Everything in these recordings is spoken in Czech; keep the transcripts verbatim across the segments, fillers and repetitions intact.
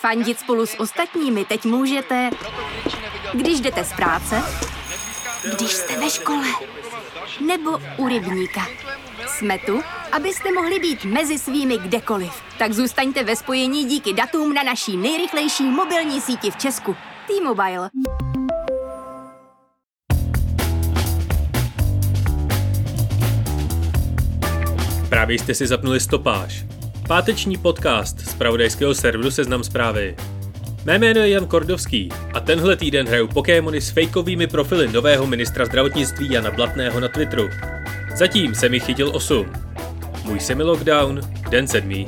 Fandit spolu s ostatními teď můžete, když jdete z práce, když jste ve škole, nebo u rybníka. Jsme tu, abyste mohli být mezi svými kdekoliv. Tak zůstaňte ve spojení díky datům na naší nejrychlejší mobilní síti v Česku. T-Mobile. Právě jste si zapnuli Stopáž. Páteční podcast z zpravodajského serveru Seznam Zprávy. Mé jméno je Jan Kordovský a tenhle týden hraju Pokémony s fejkovými profily nového ministra zdravotnictví Jana Blatného na Twitteru. Zatím se mi chytil osm. Můj semi-lockdown, den sedmý.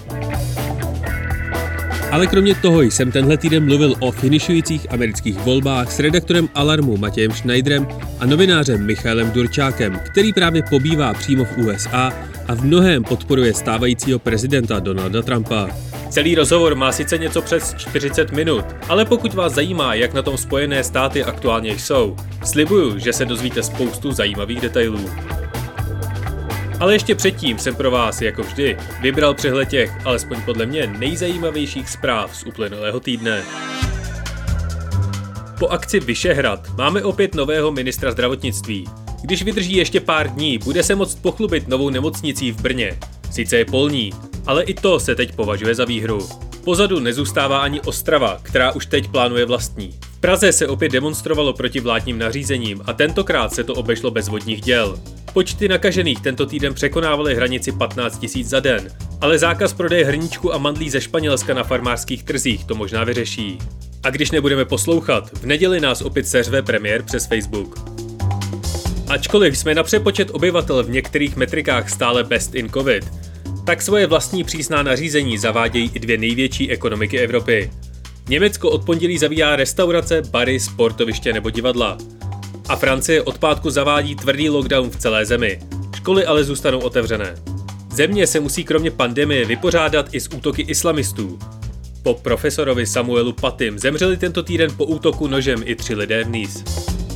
Ale kromě toho jsem tenhle týden mluvil o finišujících amerických volbách s redaktorem Alarmu Matějem Schneiderem a novinářem Michailem Durčákem, který právě pobývá přímo v U S A a v mnohém podporuje stávajícího prezidenta Donalda Trumpa. Celý rozhovor má sice něco přes čtyřicet minut, ale pokud vás zajímá, jak na tom Spojené státy aktuálně jsou, slibuju, že se dozvíte spoustu zajímavých detailů. Ale ještě předtím jsem pro vás, jako vždy, vybral přehled těch, alespoň podle mě, nejzajímavějších zpráv z uplynulého týdne. Po akci Vyšehrad máme opět nového ministra zdravotnictví. Když vydrží ještě pár dní, bude se moct pochlubit novou nemocnicí v Brně. Sice je polní, ale i to se teď považuje za výhru. Pozadu nezůstává ani Ostrava, která už teď plánuje vlastní. V Praze se opět demonstrovalo proti vládním nařízením a tentokrát se to obešlo bez vodních děl. Počty nakažených tento týden překonávaly hranici patnáct tisíc za den, ale zákaz prodeje hrníčku a mandlí ze Španělska na farmářských trzích to možná vyřeší. A když nebudeme poslouchat, v neděli nás opět seřve premiér přes Facebook. Ačkoliv jsme na přepočet obyvatel v některých metrikách stále best in covid, tak svoje vlastní přísná nařízení zavádějí i dvě největší ekonomiky Evropy. Německo od pondělí zavírá restaurace, bary, sportoviště nebo divadla. A Francie od pátku zavádí tvrdý lockdown v celé zemi. Školy ale zůstanou otevřené. Země se musí kromě pandemie vypořádat i s útoky islamistů. Po profesorovi Samuelu Patym zemřeli tento týden po útoku nožem i tři lidé v Nice.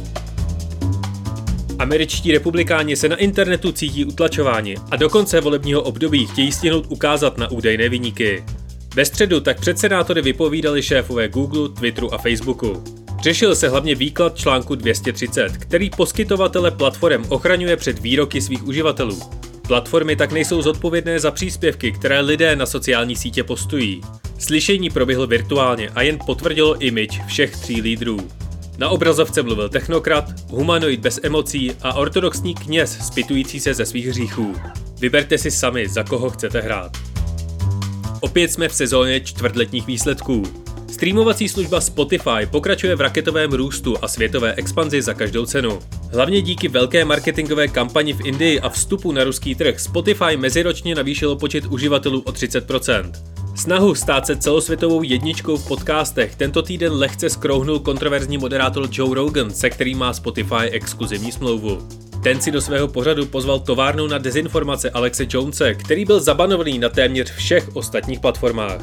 Američtí republikáni se na internetu cítí utlačováni a do konce volebního období chtějí stihnout ukázat na údajné viníky. Ve středu tak před senátory vypovídali šéfové Google, Twitteru a Facebooku. Řešil se hlavně výklad článku dvě stě třicet, který poskytovatele platform ochraňuje před výroky svých uživatelů. Platformy tak nejsou zodpovědné za příspěvky, které lidé na sociální sítě postují. Slyšení proběhlo virtuálně a jen potvrdilo image všech tří lídrů. Na obrazovce mluvil technokrat, humanoid bez emocí a ortodoxní kněz zpytující se ze svých hříchů. Vyberte si sami, za koho chcete hrát. Opět jsme v sezóně čtvrtletních výsledků. Streamovací služba Spotify pokračuje v raketovém růstu a světové expanzi za každou cenu. Hlavně díky velké marketingové kampani v Indii a vstupu na ruský trh Spotify meziročně navýšilo počet uživatelů o třicet procent. Snahu stát se celosvětovou jedničkou v podcastech tento týden lehce skrouhnul kontroverzní moderátor Joe Rogan, se kterým má Spotify exkluzivní smlouvu. Ten si do svého pořadu pozval továrnu na dezinformace Alexe Jonese, který byl zabanovaný na téměř všech ostatních platformách.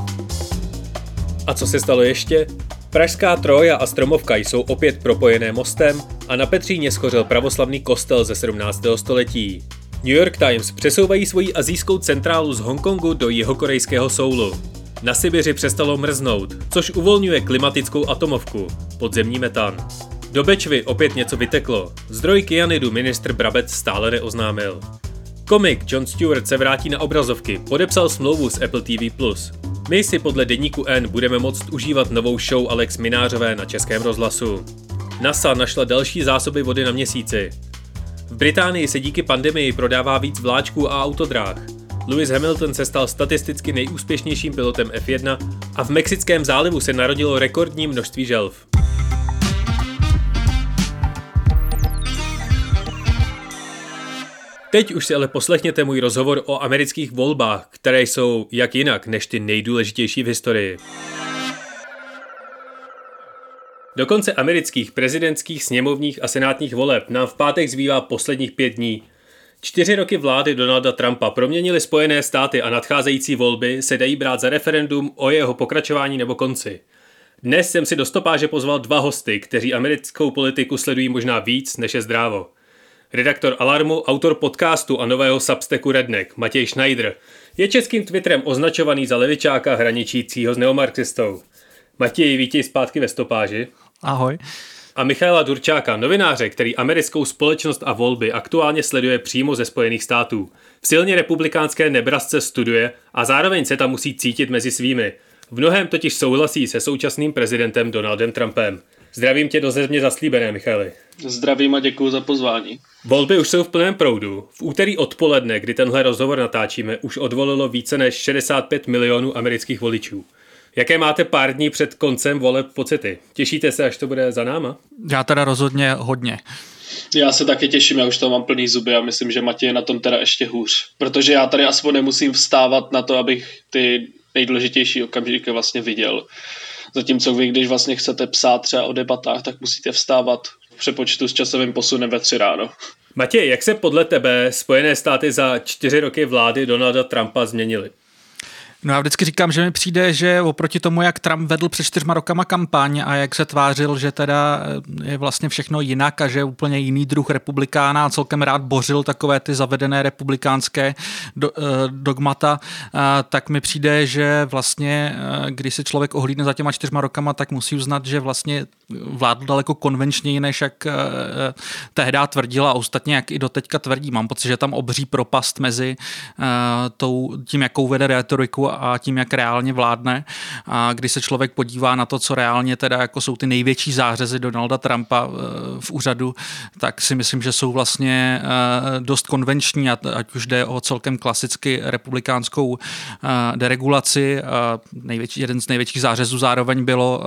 A co se stalo ještě? Pražská Trója a Stromovka jsou opět propojené mostem a na Petříně schořel pravoslavný kostel ze sedmnáctého století. New York Times přesouvají svoji asijskou centrálu z Hongkongu do jihokorejského Soulu. Na Sibiři přestalo mrznout, což uvolňuje klimatickou atomovku, podzemní metan. Do Bečvy opět něco vyteklo, zdroj kyanidu ministr Brabec stále neoznámil. Komik Jon Stewart se vrátí na obrazovky, podepsal smlouvu s Apple T V plus. My si podle deníku N budeme moct užívat novou show Alex Minářové na Českém rozhlasu. NASA našla další zásoby vody na Měsíci. V Británii se díky pandemii prodává víc vláčků a autodráh. Lewis Hamilton se stal statisticky nejúspěšnějším pilotem F jedna a v Mexickém zálivu se narodilo rekordní množství želv. Teď už si ale poslechněte můj rozhovor o amerických volbách, které jsou jak jinak než ty nejdůležitější v historii. Do konce amerických prezidentských, sněmovních a senátních voleb nám v pátek zbývá posledních pět dní. Čtyři roky vlády Donalda Trumpa proměnily Spojené státy a nadcházející volby se dají brát za referendum o jeho pokračování nebo konci. Dnes jsem si do Stopáže pozval dva hosty, kteří americkou politiku sledují možná víc, než je zdrávo. Redaktor Alarmu, autor podcastu a nového Substacku Redneck, Matěj Schneider, je českým Twitterem označovaný za levičáka hraničícího s neomarxistou. Matěj, vítej zpátky ve stopáži. Ahoj. A Michaela Durčáka, novináře, který americkou společnost a volby aktuálně sleduje přímo ze Spojených států. V silně republikánské Nebrasce studuje a zároveň se tam musí cítit mezi svými. V mnohém totiž souhlasí se současným prezidentem Donaldem Trumpem. Zdravím tě do země zaslíbené, Michali. Zdravím a děkuji za pozvání. Volby už jsou v plném proudu. V úterý odpoledne, kdy tenhle rozhovor natáčíme, už odvolilo více než šedesát pět milionů amerických voličů. Jaké máte pár dní před koncem voleb pocity? Těšíte se, až to bude za náma? Já teda rozhodně hodně. Já se taky těším, já už toho mám plný zuby a myslím, že Matěj je na tom teda ještě hůř. Protože já tady aspoň nemusím vstávat na to, abych ty nejdůležitější okamžiky vlastně viděl. Zatímco vy, když vlastně chcete psát třeba o debatách, tak musíte vstávat v přepočtu s časovým posunem ve tři ráno. Matěj, jak se podle tebe Spojené státy za čtyři roky vlády Donalda Trumpa změnily? No já vždycky říkám, že mi přijde, že oproti tomu, jak Trump vedl před čtyřma rokama kampaň a jak se tvářil, že teda je vlastně všechno jinak a že je úplně jiný druh republikána a celkem rád bořil takové ty zavedené republikánské do, dogmata, tak mi přijde, že vlastně, když se člověk ohlídne za těma čtyřma rokama, tak musí uznat, že vlastně vládl daleko konvenčněji, než jak tehdy tvrdil a ostatně jak i doteďka tvrdí. Mám pocit, že tam obří propast mezi tou, tím, jakou vede rétoriku a tím, jak reálně vládne. A když se člověk podívá na to, co reálně teda jako jsou ty největší zářezy Donalda Trumpa v úřadu, tak si myslím, že jsou vlastně dost konvenční, ať už jde o celkem klasicky republikánskou deregulaci. Největší, jeden z největších zářezů zároveň bylo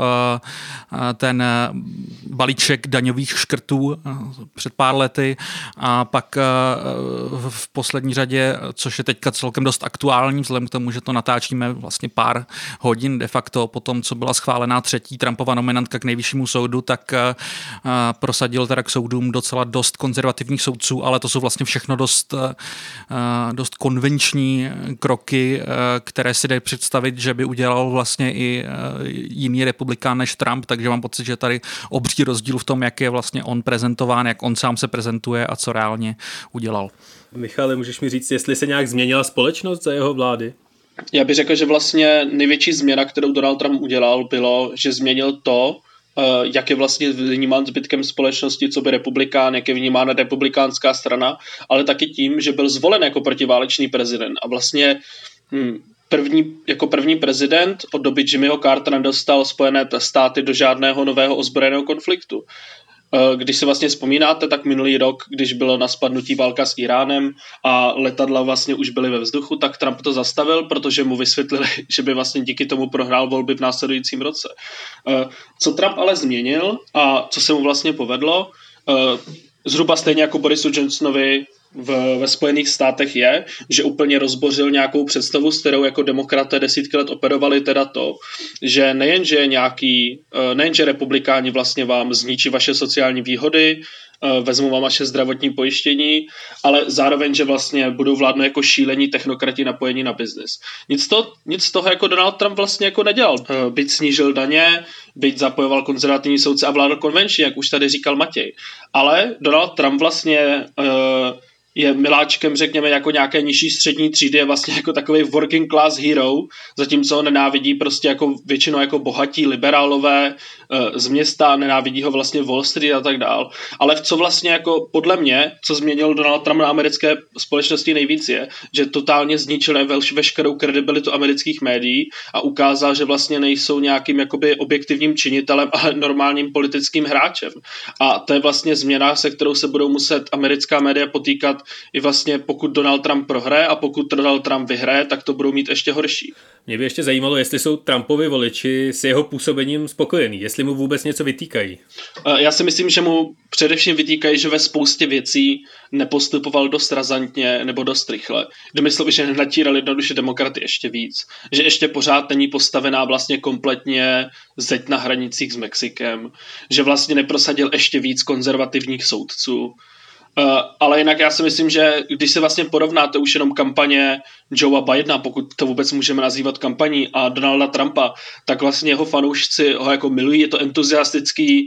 ten balíček daňových škrtů před pár lety a pak v poslední řadě, což je teďka celkem dost aktuální, vzhledem k tomu, že to natáčíme vlastně pár hodin de facto po tom, co byla schválená třetí Trumpova nominantka k nejvyššímu soudu, tak prosadil teda k soudům docela dost konzervativních soudců, ale to jsou vlastně všechno dost, dost konvenční kroky, které si jde představit, že by udělal vlastně i jiný republikán než Trump, takže mám pocit, že tady obří rozdíl v tom, jak je vlastně on prezentován, jak on sám se prezentuje a co reálně udělal. Michale, můžeš mi říct, jestli se nějak změnila společnost za jeho vlády? Já bych řekl, že vlastně největší změna, kterou Donald Trump udělal, bylo, že změnil to, jak je vlastně vnímán zbytkem společnosti, co by republikán, jak je vnímána republikánská strana, ale taky tím, že byl zvolen jako protiválečný prezident. A vlastně hm, první, jako první prezident od doby Jimmyho Cartera nedostal Spojené státy do žádného nového ozbrojeného konfliktu. Když si vlastně vzpomínáte, tak minulý rok, když bylo na spadnutí válka s Iránem a letadla vlastně už byly ve vzduchu, tak Trump to zastavil, protože mu vysvětlili, že by vlastně díky tomu prohrál volby v následujícím roce. Co Trump ale změnil a co se mu vlastně povedlo, zhruba stejně jako Borisu Johnsonovi v, ve Spojených státech je, že úplně rozbořil nějakou představu, s kterou jako demokraté desítky let operovali, teda to, že nejenže nějaký, nejenže republikáni vlastně vám zničí vaše sociální výhody, vezmou vám vaše zdravotní pojištění, ale zároveň, že vlastně budou vládnout jako šílení technokrati napojení na biznis. Nic, to, nic z toho jako Donald Trump vlastně jako nedělal. Byť snížil daně, byť zapojoval konzervativní soudce a vládl konvenčně, jak už tady říkal Matěj. Ale Donald Trump vlastně uh, je miláčkem, řekněme, jako nějaké nižší střední třídy, je vlastně jako takový working class hero, zatímco ho nenávidí prostě jako většinou jako bohatí liberálové z města, nenávidí ho vlastně Wall Street a tak dál. Ale co vlastně jako podle mě, co změnil Donald Trump na americké společnosti nejvíc je, že totálně zničil veškerou kredibilitu amerických médií a ukázal, že vlastně nejsou nějakým jakoby objektivním činitelem, ale normálním politickým hráčem. A to je vlastně změna, se kterou se budou muset americká média potýkat i vlastně pokud Donald Trump prohraje a pokud Donald Trump vyhraje, tak to budou mít ještě horší. Mě by ještě zajímalo, jestli jsou Trumpovi voliči s jeho působením spokojení, jestli mu vůbec něco vytýkají. Já si myslím, že mu především vytýkají, že ve spoustě věcí nepostupoval dost razantně nebo dost rychle. Domyslel by, že natíral jednoduše demokraty ještě víc. Že ještě pořád není postavená vlastně kompletně zeď na hranicích s Mexikem. Že vlastně neprosadil ještě víc konzervativních soudců. Uh, ale jinak já si myslím, že když se vlastně porovnáte už jenom kampaně Joea Bidena, pokud to vůbec můžeme nazývat kampaní, a Donalda Trumpa, tak vlastně jeho fanoušci ho jako milují, je to entuziastický,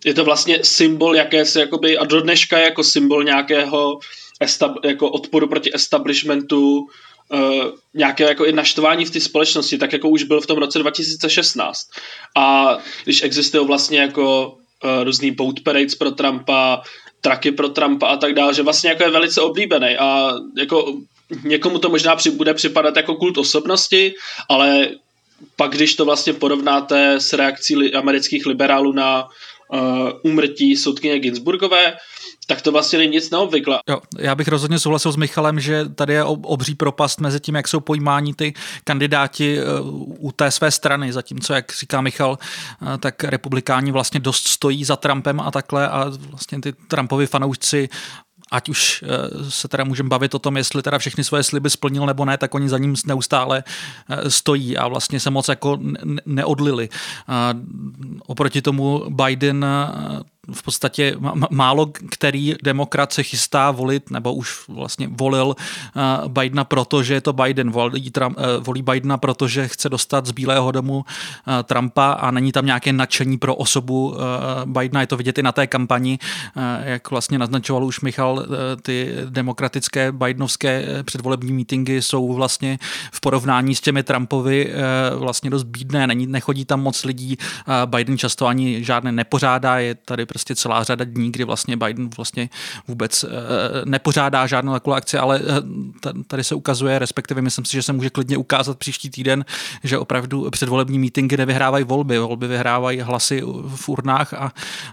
je to vlastně symbol jakési, jakoby, a do dneška je jako symbol nějakého estab, jako odporu proti establishmentu, uh, nějakého jako i naštvání v té společnosti, tak jako už byl v tom roce dva tisíce šestnáct. A když existují vlastně jako uh, různý boat parades pro Trumpa, traky pro Trumpa a tak dále, že vlastně jako je velice oblíbený a jako někomu to možná při, bude připadat jako kult osobnosti, ale pak když to vlastně porovnáte s reakcí li, amerických liberálů na uh, úmrtí soudkyně Ginsburgové, tak to vlastně není nic neobvykle. Jo, já bych rozhodně souhlasil s Michalem, že tady je obří propast mezi tím, jak jsou pojímáni ty kandidáti u té své strany, zatímco, jak říká Michal, tak republikáni vlastně dost stojí za Trumpem a takhle a vlastně ty Trumpovi fanoušci, ať už se teda můžeme bavit o tom, jestli teda všechny svoje sliby splnil nebo ne, tak oni za ním neustále stojí a vlastně se moc jako neodlili. Oproti tomu Biden v podstatě málo který demokrat se chystá volit, nebo už vlastně volil uh, Bidena proto, že je to Biden. Volí, Trump, uh, volí Bidena, protože chce dostat z Bílého domu uh, Trumpa a není tam nějaké nadšení pro osobu uh, Bidena. Je to vidět i na té kampani, uh, jak vlastně naznačoval už Michal, uh, ty demokratické bidenovské předvolební mítingy jsou vlastně v porovnání s těmi Trumpovi uh, vlastně dost bídné. Není, nechodí tam moc lidí. Uh, Biden často ani žádné nepořádá. Je tady prostě celá řada dní, kdy vlastně Biden vlastně vůbec uh, nepořádá žádnou takovou akci, ale uh, tady se ukazuje, respektive myslím si, že se může klidně ukázat příští týden, že opravdu předvolební mítingy nevyhrávají volby. Volby vyhrávají hlasy v urnách a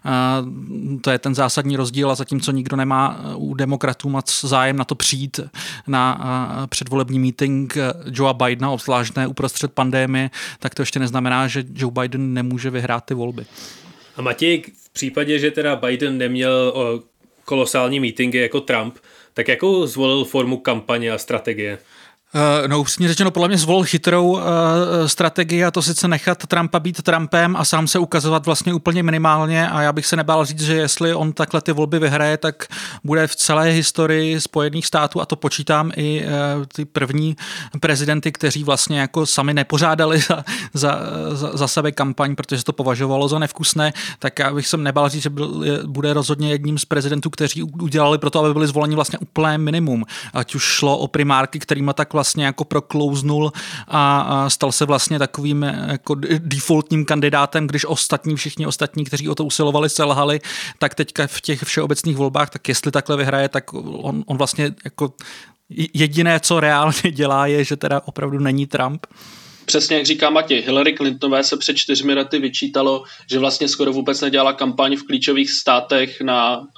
uh, to je ten zásadní rozdíl a zatímco nikdo nemá u demokratů moc zájem na to přijít na uh, předvolební meeting Joea Bidena, obzvlášť ne uprostřed pandemie, tak to ještě neznamená, že Joe Biden nemůže vyhrát ty volby. A Matěj, v případě, že teda Biden neměl o kolosální mítingy jako Trump, tak jakou zvolil formu kampaně a strategie? No upřímně řečeno, podle mě zvolil chytrou uh, strategii a to sice nechat Trumpa být Trumpem a sám se ukazovat vlastně úplně minimálně a já bych se nebál říct, že jestli on takhle ty volby vyhraje, tak bude v celé historii Spojených států a to počítám i uh, ty první prezidenty, kteří vlastně jako sami nepořádali za, za, za, za sebe kampaň, protože se to považovalo za nevkusné, tak já bych se nebál říct, že byl, bude rozhodně jedním z prezidentů, kteří udělali pro to, aby byli zvoleni vlastně úplné minimum. Ať už šlo o primárky, kterýma tak vlastně jako proklouznul a, a stal se vlastně takovým jako defaultním kandidátem, když ostatní, všichni ostatní, kteří o to usilovali, selhali, tak teďka v těch všeobecných volbách, tak jestli takhle vyhraje, tak on, on vlastně jako jediné, co reálně dělá, je, že teda opravdu není Trump. Přesně jak říká Matěj, Hillary Clintonové se před čtyřmi lety vyčítalo, že vlastně skoro vůbec nedělala kampaň v klíčových státech na uh,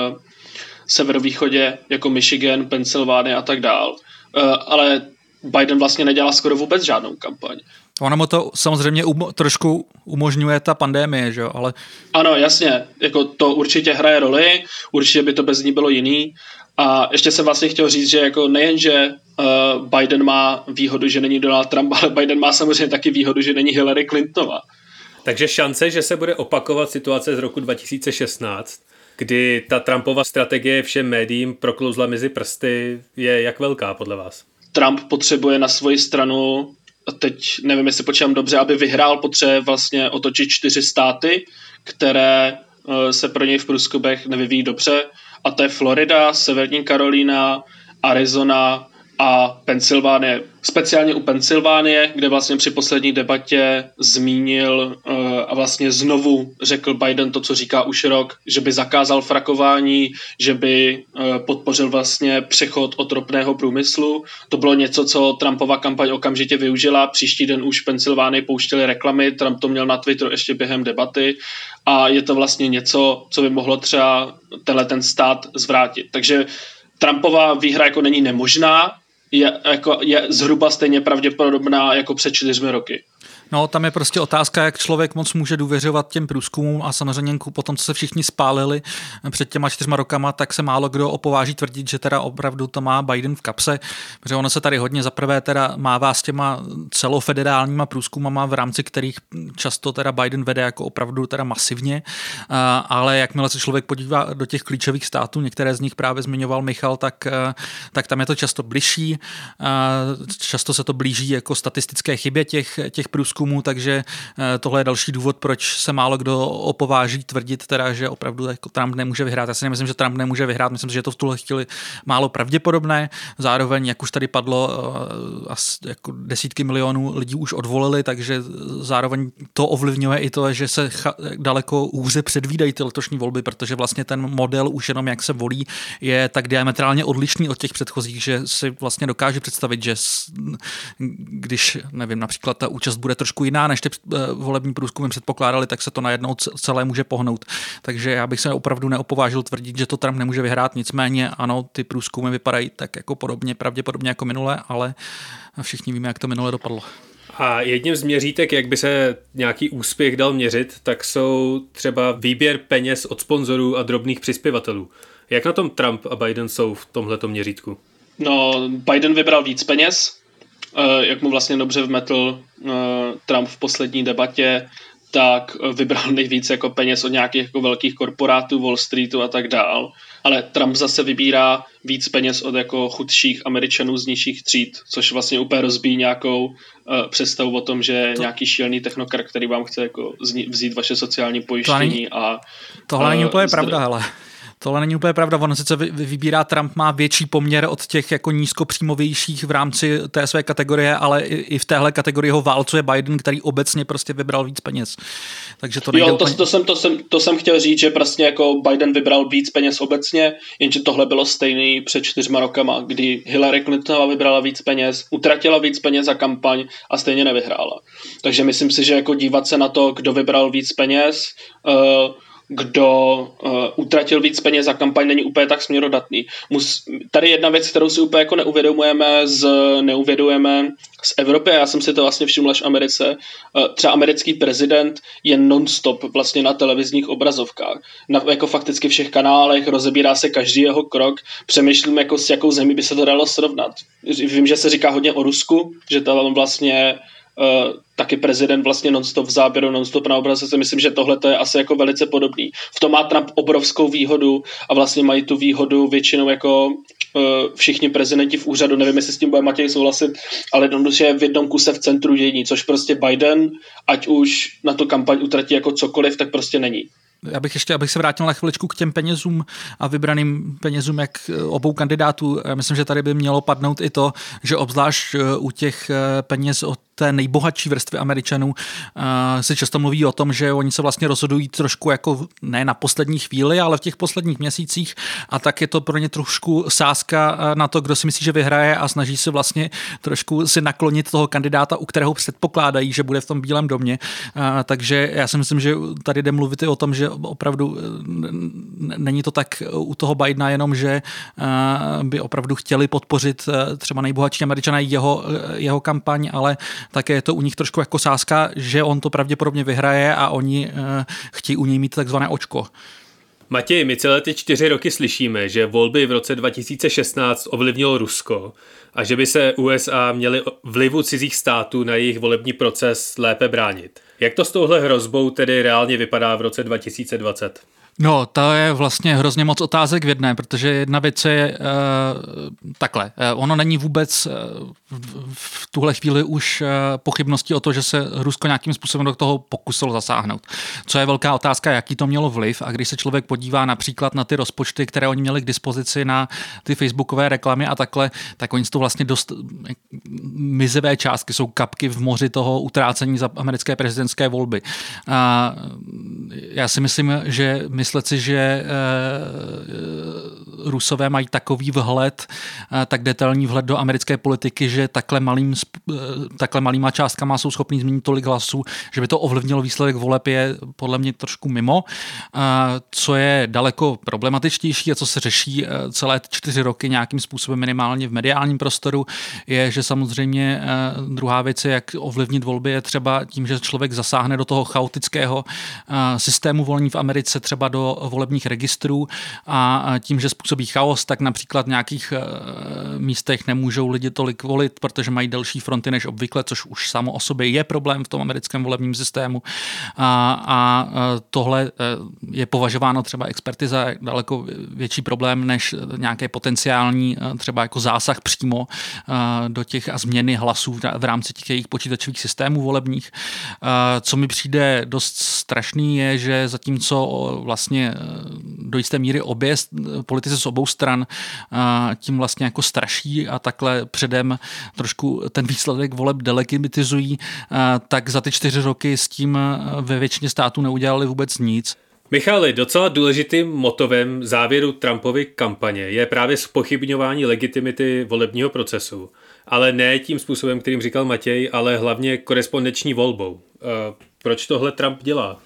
severovýchodě, jako Michigan, Pensylvánie a tak dál. Uh, ale Biden vlastně nedělá skoro vůbec žádnou kampaň. Ono mu to samozřejmě umo- trošku umožňuje ta pandemie, že jo, ale... Ano, jasně, jako to určitě hraje roli, určitě by to bez ní bylo jiný. A ještě jsem vlastně chtěl říct, že jako nejen, že uh, Biden má výhodu, že není Donald Trump, ale Biden má samozřejmě taky výhodu, že není Hillary Clintonová. Takže šance, že se bude opakovat situace z roku dva tisíce šestnáct, kdy ta Trumpova strategie všem médiím proklouzla mezi prsty, je jak velká podle vás? Trump potřebuje na svoji stranu, teď nevím, jestli počítám dobře, aby vyhrál, potřebuje vlastně otočit čtyři státy, které uh, se pro něj v průzkumech nevyvíjí dobře, a to je Florida, Severní Karolína, Arizona a Pensylvánie. Speciálně u Pensylvánie, kde vlastně při poslední debatě zmínil uh, a vlastně znovu řekl Biden to, co říká už rok, že by zakázal frakování, že by uh, podpořil vlastně přechod od ropného průmyslu. To bylo něco, co Trumpova kampaň okamžitě využila. Příští den už v Pensylvánii pouštěli reklamy, Trump to měl na Twitteru ještě během debaty a je to vlastně něco, co by mohlo třeba tenhle ten stát zvrátit. Takže Trumpova výhra jako není nemožná, je, jako, je zhruba stejně pravděpodobná jako před čtyřmi roky. No, tam je prostě otázka, jak člověk moc může důvěřovat těm průzkumům a samozřejmě po tom, co se všichni spálili před těma čtyřma rokama, tak se málo kdo opováží tvrdit, že teda opravdu to má Biden v kapse, protože ono se tady hodně zaprvé teda mává s těma celofederálníma průzkumama, v rámci kterých často teda Biden vede jako opravdu teda masivně, ale jakmile se člověk podívá do těch klíčových států, některé z nich právě zmiňoval Michal, tak, tak tam je to často bližší, často se to blíží jako statistické chybě těch, těch průzkumů, průzkumů, takže tohle je další důvod, proč se málo kdo opováží tvrdit, teda, že opravdu jako Trump nemůže vyhrát. Já si nemyslím, že Trump nemůže vyhrát, myslím, že je to v tuhle chvíli málo pravděpodobné. Zároveň, jak už tady padlo, asi jako desítky milionů lidí už odvolili, takže zároveň to ovlivňuje i to, že se daleko hůře předvídají ty letošní volby, protože vlastně ten model už jenom jak se volí je tak diametrálně odlišný od těch předchozích, že si vlastně dokáže představit, že když, nevím, například ta účast bude trošku jiná, než ty volební průzkumy předpokládali, tak se to najednou celé může pohnout. Takže já bych se opravdu neopovážil tvrdit, že to Trump nemůže vyhrát, nicméně ano, ty průzkumy vypadají tak jako podobně, pravděpodobně jako minule, ale všichni víme, jak to minule dopadlo. A jedním z měřítek, jak by se nějaký úspěch dal měřit, tak jsou třeba výběr peněz od sponzorů a drobných přispěvatelů. Jak na tom Trump a Biden jsou v tomhletom měřítku? No, Biden vybral víc peněz, jak mu vlastně dobře vmetl Trump v poslední debatě, tak vybral nejvíc jako peněz od nějakých jako velkých korporátů, Wall Streetu a tak dál. Ale Trump zase vybírá víc peněz od jako chudších Američanů z nižších tříd, což vlastně úplně rozbíjí nějakou uh, představu o tom, že to... nějaký šílený technokrat, který vám chce jako vzít vaše sociální pojištění. To není, a tohle uh, není úplně zdr... pravda, hele. Tohle není úplně pravda, on sice vybírá, Trump má větší poměr od těch jako nízkopříjmovějších v rámci té své kategorie, ale i v téhle kategorii ho válcuje Biden, který obecně prostě vybral víc peněz. Takže to nejde jo, to, úplně... to, jsem, to, jsem, to jsem chtěl říct, že prostě jako Biden vybral víc peněz obecně, jenže tohle bylo stejný před čtyřma rokama, kdy Hillary Clintonová vybrala víc peněz, utratila víc peněz za kampaň a stejně nevyhrála. Takže myslím si, že jako dívat se na to, kdo vybral víc peněz, uh, kdo uh, utratil víc peněz za kampaň, není úplně tak směrodatný. Mus, tady jedna věc, kterou si úplně jako neuvědomujeme z, neuvědomujeme z Evropy, já jsem si to vlastně všiml až v Americe, uh, třeba americký prezident je non-stop vlastně na televizních obrazovkách, na jako fakticky všech kanálech, rozebírá se každý jeho krok, přemýšlím, jako s jakou zemí by se to dalo srovnat. Vím, že se říká hodně o Rusku, že tam vlastně Uh, taky prezident vlastně non-stop v záběru, non-stop na obrazovce. Myslím, že tohle je asi jako velice podobný. V tom má Trump obrovskou výhodu a vlastně mají tu výhodu většinou jako uh, všichni prezidenti v úřadu. Nevím, jestli s tím bude Matěj souhlasit, ale jednoduše je v jednom kuse v centru dění, což prostě Biden, ať už na tu kampaň utratí jako cokoliv, tak prostě není. Já bych ještě, abych se vrátil na chviličku k těm penězům a vybraným penězům jak obou kandidátů. Já myslím, že tady by mělo padnout i to, že obzvlášť u těch peněz od té nejbohatší vrstvy Američanů uh, se často mluví o tom, že oni se vlastně rozhodují trošku jako ne na poslední chvíli, ale v těch posledních měsících a tak je to pro ně trošku sázka na to, kdo si myslí, že vyhraje a snaží se vlastně trošku si naklonit toho kandidáta, u kterého předpokládají, že bude v tom Bílém domě. Uh, takže já si myslím, že tady jde mluvit i o tom, že opravdu není to tak u toho Bidena jenom, že uh, by opravdu chtěli podpořit uh, třeba nejbohatší Američana jeho, jeho kampaň, ale také je to u nich trošku jako sázka, že on to pravděpodobně vyhraje a oni uh, chtějí u něj mít takzvané očko. Matěj, my celé ty čtyři roky slyšíme, že volby v roce dva tisíce šestnáct ovlivnilo Rusko a že by se U S A měly vlivu cizích států na jejich volební proces lépe bránit. Jak to s touhle hrozbou tedy reálně vypadá v roce dva tisíce dvacet? No, to je vlastně hrozně moc otázek v jedné, protože jedna věc je uh, takhle. Uh, ono není vůbec uh, v, v tuhle chvíli už uh, pochybnosti o to, že se Rusko nějakým způsobem do toho pokusilo zasáhnout. Co je velká otázka, jaký to mělo vliv, a když se člověk podívá například na ty rozpočty, které oni měli k dispozici na ty facebookové reklamy a takhle, tak oni to vlastně dost mizivé částky, jsou kapky v moři toho utrácení za americké prezidentské volby. Uh, já si myslím, že my Myslet si, že e, Rusové mají takový vhled, e, tak detailní vhled do americké politiky, že takhle, malým, e, takhle malýma částkama jsou schopní změnit tolik hlasů, že by to ovlivnilo výsledek voleb, je podle mě trošku mimo. E, co je daleko problematičtější a co se řeší e, celé čtyři roky nějakým způsobem minimálně v mediálním prostoru, je, že samozřejmě e, druhá věc je, jak ovlivnit volby, je třeba tím, že člověk zasáhne do toho chaotického e, systému volní v Americe, třeba do volebních registrů a tím, že způsobí chaos, tak například v nějakých místech nemůžou lidi tolik volit, protože mají delší fronty než obvykle, což už samo o sobě je problém v tom americkém volebním systému. A, a tohle je považováno třeba experty za daleko větší problém než nějaké potenciální třeba jako zásah přímo do těch a změny hlasů v rámci těch jejich počítačových systémů volebních. Co mi přijde dost strašný je, že zatímco vlastně do jisté míry obě politici z obou stran tím vlastně jako straší a takhle předem trošku ten výsledek voleb delegitimizují, tak za ty čtyři roky s tím ve většině států neudělali vůbec nic. Michali, docela důležitým motovem závěru Trumpovy kampaně je právě zpochybňování legitimity volebního procesu. Ale ne tím způsobem, kterým říkal Matěj, ale hlavně korespondenční volbou. Proč tohle Trump dělá?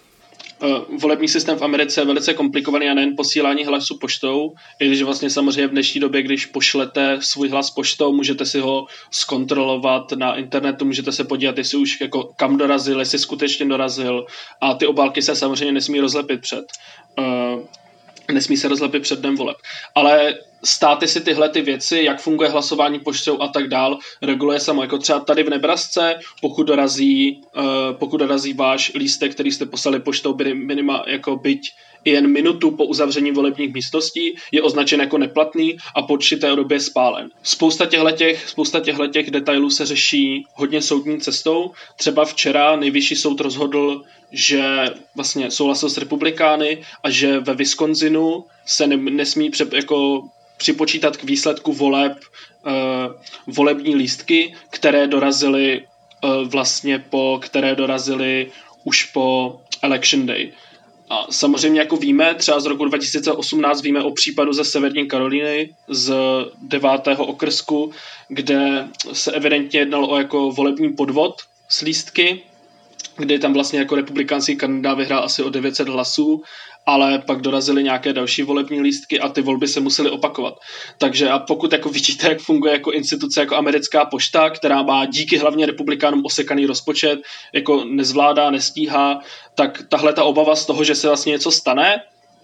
Volební systém v Americe je velice komplikovaný a nejen posílání hlasu poštou, i když vlastně samozřejmě v dnešní době, když pošlete svůj hlas poštou, můžete si ho zkontrolovat na internetu, můžete se podívat, jestli už jako kam dorazil, jestli skutečně dorazil a ty obálky se samozřejmě nesmí rozlepit před. Uh, nesmí se rozlepit před dnem voleb. Ale státy si tyhle ty věci, jak funguje hlasování poštou a tak dál, reguluje samo. Jako třeba tady v Nebrasce, pokud dorazí, uh, pokud dorazí váš lístek, který jste poslali poštou minima, jako byť jen minutu po uzavření volebních místností, je označen jako neplatný a po určité době spálen. Spousta těchhletěch, spousta těchhletěch detailů se řeší hodně soudní cestou. Třeba včera nejvyšší soud rozhodl, že vlastně souhlasil s republikány a že ve Wisconsinu se ne, nesmí pře, jako připočítat k výsledku voleb uh, volební lístky, které dorazily uh, vlastně po, které dorazily už po Election Day. A samozřejmě jako víme, třeba z roku dva tisíce osmnáct víme o případu ze Severní Karolíny z devátého okrsku, kde se evidentně jednalo o jako volební podvod s lístky, kdy tam vlastně jako republikánský kandidát vyhrál asi o devět set hlasů, ale pak dorazily nějaké další volební lístky a ty volby se musely opakovat. Takže a pokud jako vidíte, jak funguje jako instituce jako americká pošta, která má díky hlavně republikánům osekaný rozpočet, jako nezvládá, nestíhá, tak tahle ta obava z toho, že se vlastně něco stane,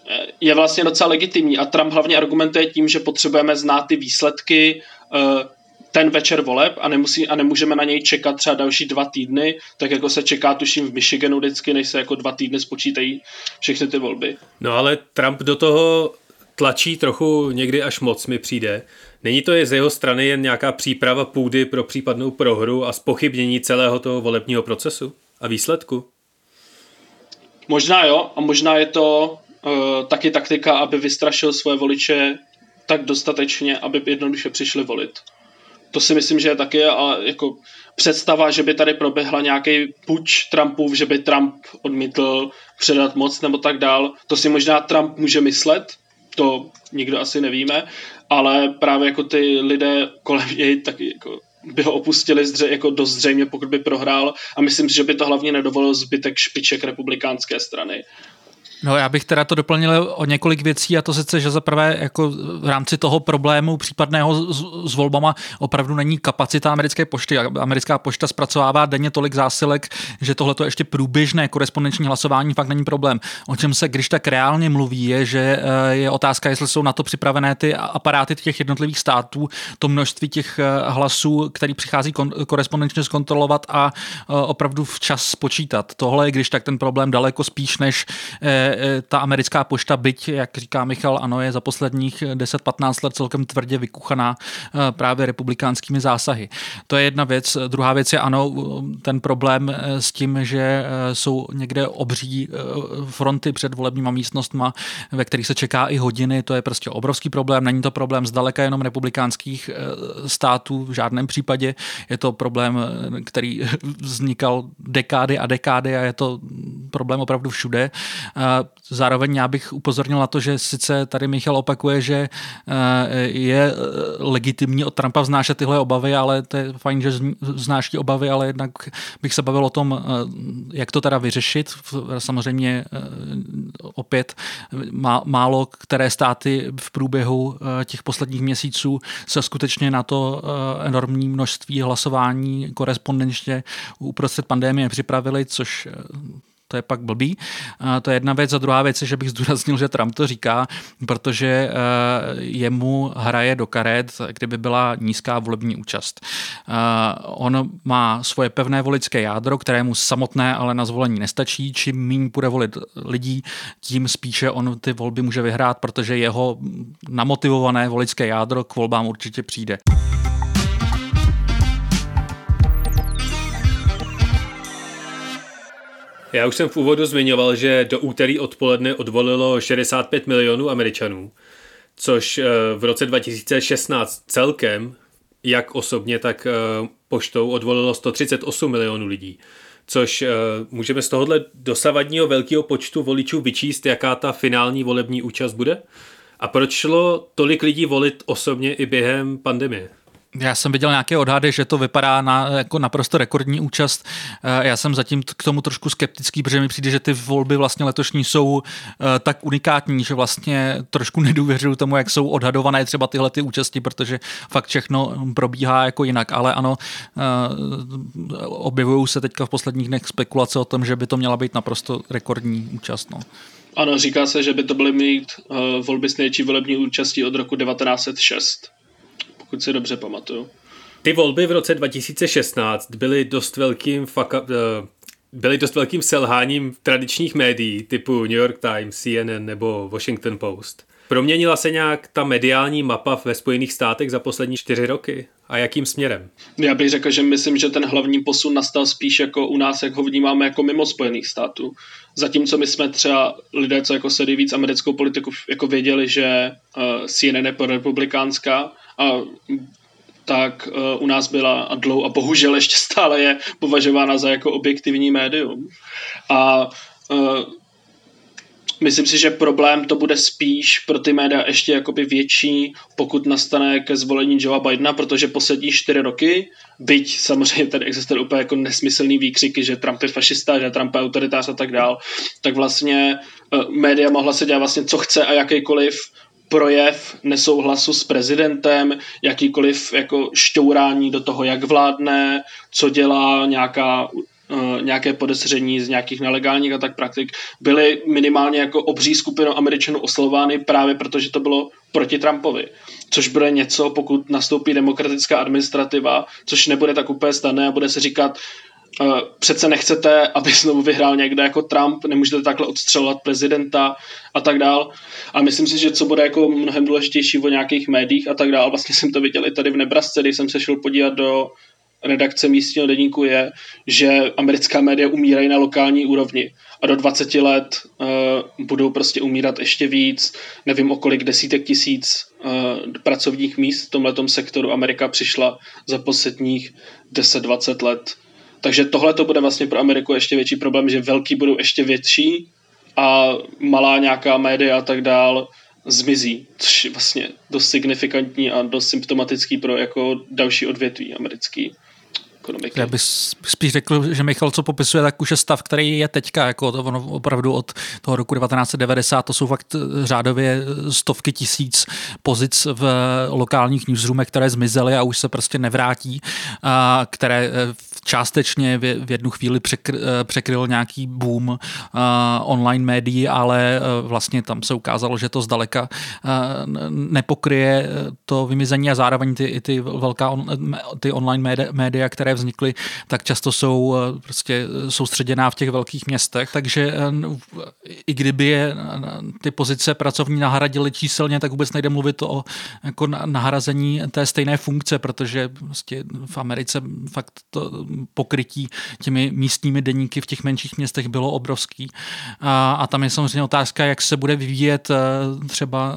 je vlastně docela legitimní a Trump hlavně argumentuje tím, že potřebujeme znát ty výsledky ten večer voleb a, nemusí, a nemůžeme na něj čekat třeba další dva týdny, tak jako se čeká tuším v Michiganu vždycky, než se jako dva týdny spočítají všechny ty volby. No ale Trump do toho tlačí trochu někdy až moc, mi přijde. Není to je z jeho strany jen nějaká příprava půdy pro případnou prohru a zpochybnění celého toho volebního procesu a výsledku? Možná jo, a možná je to uh, taky taktika, aby vystrašil svoje voliče tak dostatečně, aby jednoduše přišli volit. To si myslím, že je taky a jako představa, že by tady proběhla nějaký puč Trumpův, že by Trump odmítl předat moc nebo tak dál. To si možná Trump může myslet, to nikdo asi nevíme, ale právě jako ty lidé kolem něj taky jako by ho opustili zdře, jako dost zřejmě, pokud by prohrál a myslím si, že by to hlavně nedovolil zbytek špiček republikánské strany. No, já bych teda to doplnil o několik věcí a to sice, že zaprvé jako v rámci toho problému případného s, s volbama opravdu není kapacita americké pošty. Americká pošta zpracovává denně tolik zásilek, že tohle to ještě průběžné korespondenční hlasování fakt není problém. O čem se když tak reálně mluví je, že je otázka, jestli jsou na to připravené ty aparáty těch jednotlivých států, to množství těch hlasů, který přichází kon- korespondenčně zkontrolovat a opravdu včas spočítat. Tohle je když tak ten problém daleko spíš než ta americká pošta, byť, jak říká Michal, ano, je za posledních deset patnáct let celkem tvrdě vykuchaná právě republikánskými zásahy. To je jedna věc. Druhá věc je, ano, ten problém s tím, že jsou někde obří fronty před volebníma místnostma, ve kterých se čeká i hodiny, to je prostě obrovský problém. Není to problém zdaleka jenom republikánských států, v žádném případě. Je to problém, který vznikal dekády a dekády a je to problém opravdu všude. Zároveň já bych upozornil na to, že sice tady Michal opakuje, že je legitimní od Trumpa vznášet tyhle obavy, ale to je fajn, že vznáší obavy, ale jednak bych se bavil o tom, jak to teda vyřešit. Samozřejmě opět málo které státy v průběhu těch posledních měsíců se skutečně na to enormní množství hlasování korespondenčně uprostřed pandemie připravili, což to je pak blbý. To je jedna věc. A druhá věc je, že bych zdůraznil, že Trump to říká, protože jemu hraje do karet, kdyby byla nízká volební účast. On má svoje pevné voličské jádro, kterému samotné ale na zvolení nestačí. Čím míň bude volit lidí, tím spíše on ty volby může vyhrát, protože jeho namotivované voličské jádro k volbám určitě přijde. Já už jsem v úvodu zmiňoval, že do úterý odpoledne odvolilo šedesát pět milionů Američanů, což v roce dva tisíce šestnáct celkem, jak osobně, tak poštou odvolilo sto třicet osm milionů lidí. Což můžeme z tohohle dosavadního velkého počtu voličů vyčíst, jaká ta finální volební účast bude? A proč šlo tolik lidí volit osobně i během pandemie? Já jsem viděl nějaké odhady, že to vypadá na jako naprosto rekordní účast. Já jsem zatím k tomu trošku skeptický, protože mi přijde, že ty volby vlastně letošní jsou tak unikátní, že vlastně trošku nedůvěřuju tomu, jak jsou odhadované třeba tyhle ty účasti, protože fakt všechno probíhá jako jinak. Ale ano, objevují se teďka v posledních dnech spekulace o tom, že by to měla být naprosto rekordní účast. No. Ano, říká se, že by to byly mít uh, volby s největší volební účastí od roku devatenáct set šest. Pokud si dobře pamatuju. Ty volby v roce dva tisíce šestnáct byly dost velkým fuck up, uh, byly dost velkým selháním tradičních médií typu New York Times, C N N nebo Washington Post. Proměnila se nějak ta mediální mapa ve Spojených státech za poslední čtyři roky? A jakým směrem? Já bych řekl, že myslím, že ten hlavní posun nastal spíš jako u nás, jak ho vnímáme jako mimo Spojených států. Zatímco my jsme třeba lidé, co jako sledují víc americkou politiku, jako věděli, že uh, C N N je prorepublikánská, a tak uh, u nás byla a dlouho a bohužel ještě stále je považována za jako objektivní médium. A uh, myslím si, že problém to bude spíš pro ty média ještě jakoby větší, pokud nastane ke zvolení Joea Bidena, protože poslední čtyři roky, byť samozřejmě tady existuje úplně jako nesmyslný výkřiky, že Trump je fašista, že Trump je autoritář a tak dál, tak vlastně uh, média mohla se dělat vlastně co chce a jakýkoliv projev nesouhlasu s prezidentem, jakýkoliv jako šťourání do toho, jak vládne, co dělá, nějaká, uh, nějaké podezření z nějakých nelegálních a tak praktik, byly minimálně jako obří skupinou Američanů oslovovány právě protože to bylo proti Trumpovi. Což bude něco, pokud nastoupí demokratická administrativa, což nebude tak úplně snadné a bude se říkat, Uh, přece nechcete, aby znovu vyhrál někde jako Trump, nemůžete takhle odstřelovat prezidenta a tak dál. A myslím si, že co bude jako mnohem důležitější o nějakých médiích a tak dál, vlastně jsem to viděl i tady v Nebrasce, když jsem se šel podívat do redakce místního deníku, je, že americká média umírají na lokální úrovni a do dvacet let uh, budou prostě umírat ještě víc, nevím o kolik desítek tisíc uh, pracovních míst v tomhletom sektoru Amerika přišla za posledních deset dvacet let. Takže tohle to bude vlastně pro Ameriku ještě větší problém, že velký budou ještě větší a malá nějaká média a tak dál zmizí, což je vlastně dost signifikantní a dost symptomatický pro jako další odvětví americký ekonomiky. Já bych spíš řekl, že Michal, co popisuje, tak už je stav, který je teďka, jako to ono opravdu od toho roku devatenáct set devadesát, to jsou fakt řádově stovky tisíc pozic v lokálních newsroomech, které zmizely a už se prostě nevrátí, a které částečně v jednu chvíli překr, překryl nějaký boom uh, online médií, ale uh, vlastně tam se ukázalo, že to zdaleka uh, nepokryje to vymizení a zároveň ty, ty velká on, ty online média, média, které vznikly, tak často jsou uh, prostě soustředěná v těch velkých městech, takže uh, i kdyby je ty pozice pracovní nahradily číselně, tak vůbec nejde mluvit o jako nahrazení té stejné funkce, protože prostě v Americe fakt to pokrytí těmi místními deníky v těch menších městech bylo obrovský. A, a tam je samozřejmě otázka, jak se bude vyvíjet třeba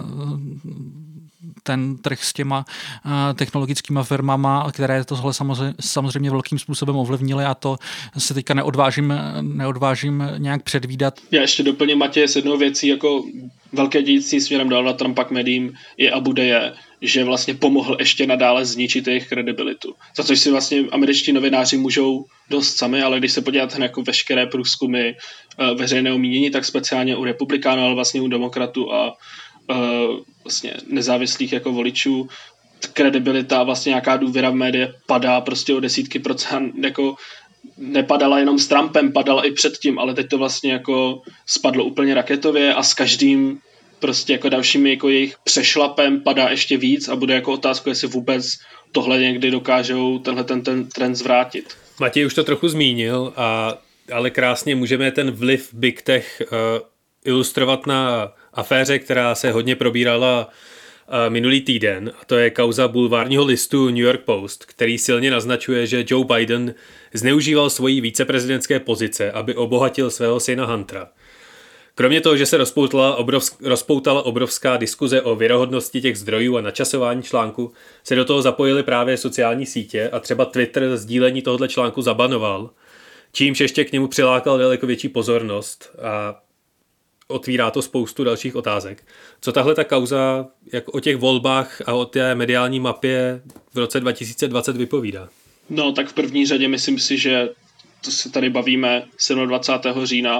ten trh s těma technologickými firmama, které tohle samozřejmě, samozřejmě velkým způsobem ovlivnily a to se teďka neodvážím, neodvážím nějak předvídat. Já ještě doplním, Matěj, s jednou věcí, jako velké dědictví směrem dál na Trumpa k médiím je a bude je, že vlastně pomohl ještě nadále zničit jejich kredibilitu. Za což si vlastně američtí novináři můžou dost sami, ale když se podíváte na jako veškeré průzkumy uh, veřejného mínění, tak speciálně u republikánů, ale vlastně u demokratů a uh, vlastně nezávislých jako voličů, kredibilita a vlastně nějaká důvěra v média padá prostě o desítky procent, jako nepadala jenom s Trumpem, padala i předtím, ale teď to vlastně jako spadlo úplně raketově a s každým prostě jako dalším jako jejich přešlapem padá ještě víc a bude jako otázka, jestli vůbec tohle někdy dokážou tenhle ten, ten trend zvrátit. Matěj už to trochu zmínil, a, ale krásně můžeme ten vliv Big Tech uh, ilustrovat na aféře, která se hodně probírala uh, minulý týden, a to je kauza bulvárního listu New York Post, který silně naznačuje, že Joe Biden zneužíval svoji viceprezidentské pozice, aby obohatil svého syna Huntera. Kromě toho, že se rozpoutala, obrovsk, rozpoutala obrovská diskuze o věrohodnosti těch zdrojů a načasování článku, se do toho zapojily právě sociální sítě a třeba Twitter sdílení tohoto článku zabanoval, čímž ještě k němu přilákal daleko větší pozornost a otvírá to spoustu dalších otázek. Co tahle ta kauza jak o těch volbách a o té mediální mapě v roce dva tisíce dvacet vypovídá? No tak v první řadě myslím si, že to se tady bavíme dvacátého sedmého října,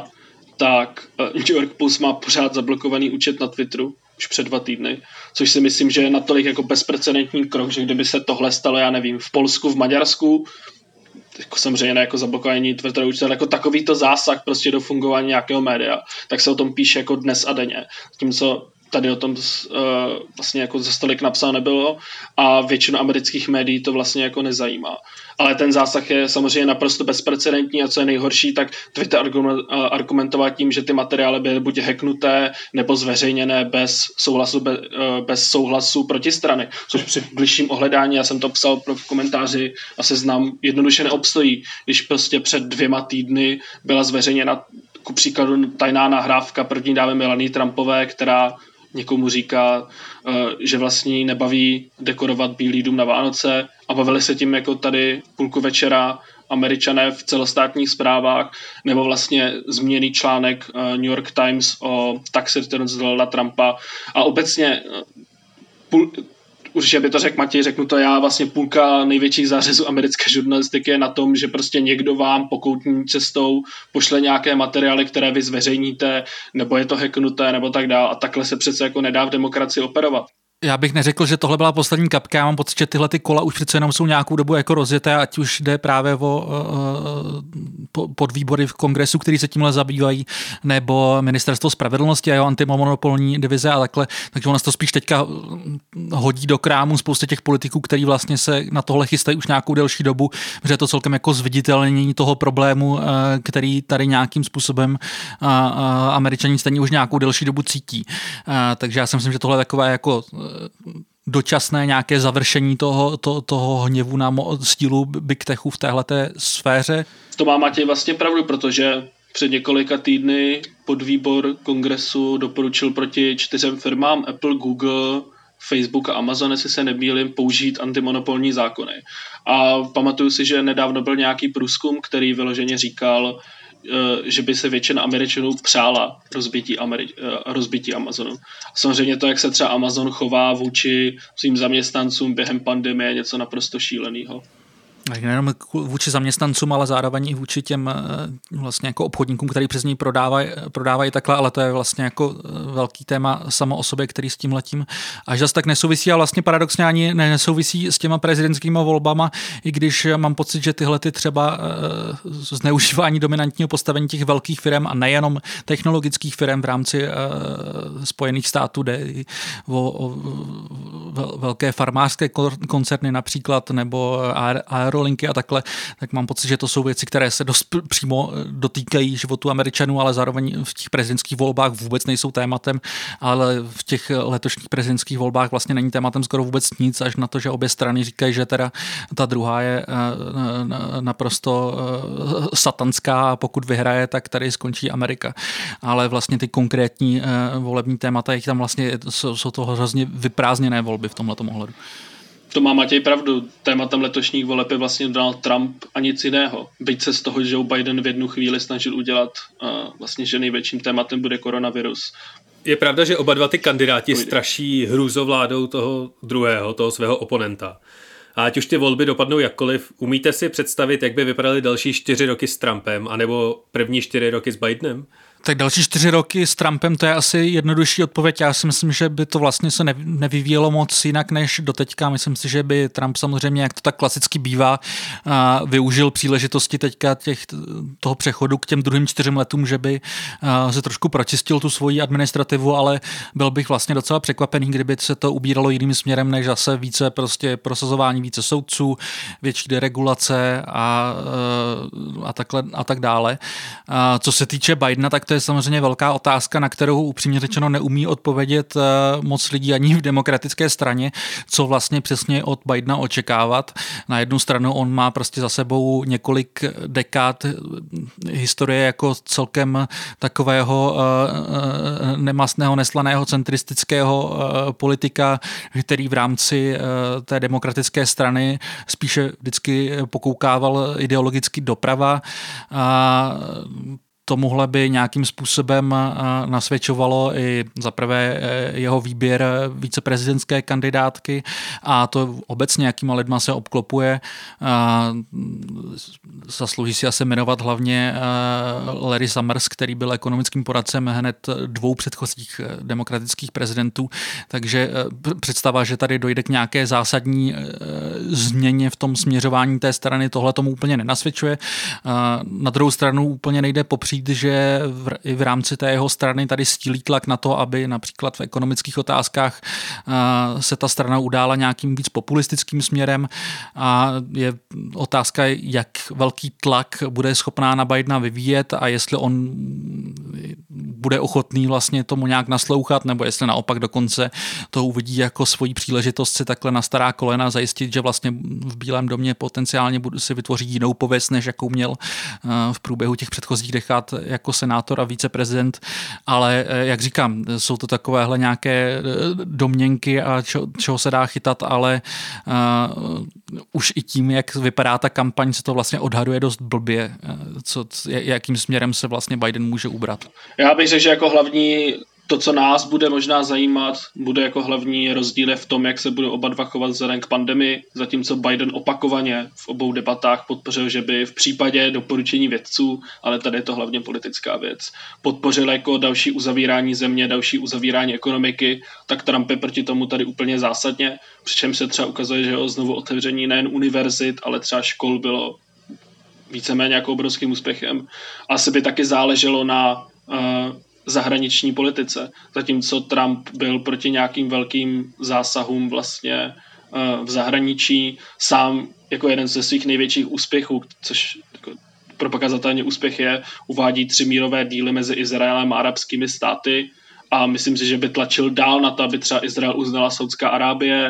tak New York Post má pořád zablokovaný účet na Twitteru už před dva týdny, což si myslím, že je natolik jako bezprecedentní krok, že kdyby se tohle stalo, já nevím, v Polsku, v Maďarsku, jako samozřejmě ne jako zablokování Twitteru účtu, ale jako takovýto zásah prostě do fungování nějakého média, tak se o tom píše jako dnes a denně. Tím, co tady o tom uh, vlastně jako za stolik napsáno nebylo a většinu amerických médií to vlastně jako nezajímá. Ale ten zásah je samozřejmě naprosto bezprecedentní a co je nejhorší, tak Twitter argumentoval tím, že ty materiály byly buď hacknuté nebo zveřejněné bez souhlasu, bez, bez souhlasu protistrany, což při bližším ohledání, já jsem to psal v komentáři a seznam, jednoduše neobstojí, když prostě před dvěma týdny byla zveřejněna ku příkladu tajná nahrávka první dávy Melanie Trumpové, která někomu říká, že vlastně nebaví dekorovat Bílý dům na Vánoce a bavili se tím jako tady půlku večera Američané v celostátních zprávách, nebo vlastně zmíněný článek New York Times o tax returns Donalda Trumpa a obecně půl, určitě by to řekl Matěj, řeknu to já, vlastně půlka největších zářezů americké žurnalistiky je na tom, že prostě někdo vám pokoutní cestou pošle nějaké materiály, které vy zveřejníte, nebo je to hacknuté, nebo tak dále. A takhle se přece jako nedá v demokracii operovat. Já bych neřekl, že tohle byla poslední kapka, já mám pocit, že tyhle ty kola už přece jenom jsou nějakou dobu jako rozjeté, ať už jde právě o uh, podvýbory v kongresu, který se tímhle zabývají, nebo ministerstvo spravedlnosti a jeho antimonopolní divize a takhle, takže ono se to spíš teďka hodí do krámu spousty těch politiků, který vlastně se na tohle chystají už nějakou delší dobu, že je to celkem jako zviditelnění toho problému, uh, který tady nějakým způsobem uh, uh, Američané stejně už nějakou delší dobu cítí. Uh, takže já si myslím, že tohle je takové jako dočasné nějaké završení toho, to, toho hněvu na stílu Big Techu v téhleté sféře. To má Matěj vlastně pravdu, protože před několika týdny podvýbor kongresu doporučil proti čtyřem firmám Apple, Google, Facebook a Amazon, jestli se nemýlím, použít antimonopolní zákony. A pamatuju si, že nedávno byl nějaký průzkum, který vyloženě říkal, že by se většina Američanů přála rozbití, Ameri- rozbití Amazonu. Samozřejmě to, jak se třeba Amazon chová vůči svým zaměstnancům během pandemie, je něco naprosto šíleného. Nejenom vůči zaměstnancům, ale zároveň i vůči těm vlastně jako obchodníkům, který přes něj prodávají, prodávají takhle, ale to je vlastně jako velký téma samo o sobě, který s tím letím až zase tak nesouvisí a vlastně paradoxně ani nesouvisí s těma prezidentskými volbama, i když mám pocit, že tyhle ty třeba zneužívání dominantního postavení těch velkých firm a nejenom technologických firm v rámci Spojených států, jde i o, o velké farmářské koncerny například, nebo aero linky a takhle, tak mám pocit, že to jsou věci, které se dost přímo dotýkají životu Američanů, ale zároveň v těch prezidentských volbách vůbec nejsou tématem, ale v těch letošních prezidentských volbách vlastně není tématem skoro vůbec nic, až na to, že obě strany říkají, že teda ta druhá je naprosto satanská a pokud vyhraje, tak tady skončí Amerika. Ale vlastně ty konkrétní volební témata, jich tam vlastně jsou to hrozně vyprázdněné volby v tomhletom ohledu. To má Matěj pravdu. Tématem letošních voleb je vlastně Donald Trump a nic jiného. Byť se z toho Joe Biden v jednu chvíli snažil udělat, uh, vlastně, že největším tématem bude koronavirus. Je pravda, že oba dva ty kandidáti straší hrůzovládou toho druhého, toho svého oponenta. A ať už ty volby dopadnou jakkoliv, umíte si představit, jak by vypadaly další čtyři roky s Trumpem, anebo první čtyři roky s Bidenem? Tak další čtyři roky s Trumpem, to je asi jednodušší odpověď. Já si myslím, že by to vlastně se nevyvíjelo moc jinak než doteďka. Myslím si, že by Trump samozřejmě, jak to tak klasicky bývá, využil příležitosti teďka těch, toho přechodu k těm druhým čtyřem letům, že by se trošku pročistil tu svoji administrativu, ale byl bych vlastně docela překvapený, kdyby se to ubíralo jiným směrem, než zase více prostě prosazování více soudců, větší deregulace a, a, takhle, a tak dále. A co se týče Bidena, tak to je samozřejmě velká otázka, na kterou upřímně řečeno neumí odpovědět moc lidí ani v demokratické straně, co vlastně přesně od Bidena očekávat. Na jednu stranu on má prostě za sebou několik dekád historie jako celkem takového nemastného, neslaného, centristického politika, který v rámci té demokratické strany spíše vždycky pokoukával ideologicky doprava. A tomuhle by nějakým způsobem nasvědčovalo i zaprvé jeho výběr viceprezidentské kandidátky a to obecně jakýma lidma se obklopuje. Zaslouží si asi jmenovat hlavně Larry Summers, který byl ekonomickým poradcem hned dvou předchozích demokratických prezidentů, takže představa, že tady dojde k nějaké zásadní změně v tom směřování té strany, tohle tomu úplně nenasvědčuje. Na druhou stranu úplně nejde popřít, že v, i v rámci té jeho strany tady stílí tlak na to, aby například v ekonomických otázkách uh, se ta strana udála nějakým víc populistickým směrem a je otázka, jak velký tlak bude schopná na Bidena vyvíjet a jestli on bude ochotný vlastně tomu nějak naslouchat, nebo jestli naopak dokonce to uvidí jako svoji příležitost si takhle na stará kolena zajistit, že vlastně v Bílém domě potenciálně si vytvoří jinou pověst, než jakou měl uh, v průběhu těch předchozích dekád jako senátor a viceprezident, ale jak říkám, jsou to takovéhle nějaké domněnky a čo, čeho se dá chytat, ale uh, už i tím, jak vypadá ta kampaň, se to vlastně odhaduje dost blbě, co, jakým směrem se vlastně Biden může ubrat. Já bych řekl, že jako hlavní to, co nás bude možná zajímat, bude jako hlavní rozdíl v tom, jak se budou oba dva chovat vzhledem k pandemii, zatímco Biden opakovaně v obou debatách podpořil, že by v případě doporučení vědců, ale tady je to hlavně politická věc, podpořil jako další uzavírání země, další uzavírání ekonomiky, tak Trump je proti tomu tady úplně zásadně, přičemž se třeba ukazuje, že o znovu otevření nejen univerzit, ale třeba škol bylo víceméně jako obrovským úspěchem. Asi by taky záleželo na uh, zahraniční politice, zatímco Trump byl proti nějakým velkým zásahům vlastně uh, v zahraničí, sám jako jeden ze svých největších úspěchů, což jako prokazatelně úspěch je, uvádí tři mírové díly mezi Izraelem a arabskými státy a myslím si, že by tlačil dál na to, aby třeba Izrael uznala Saudská Arábie,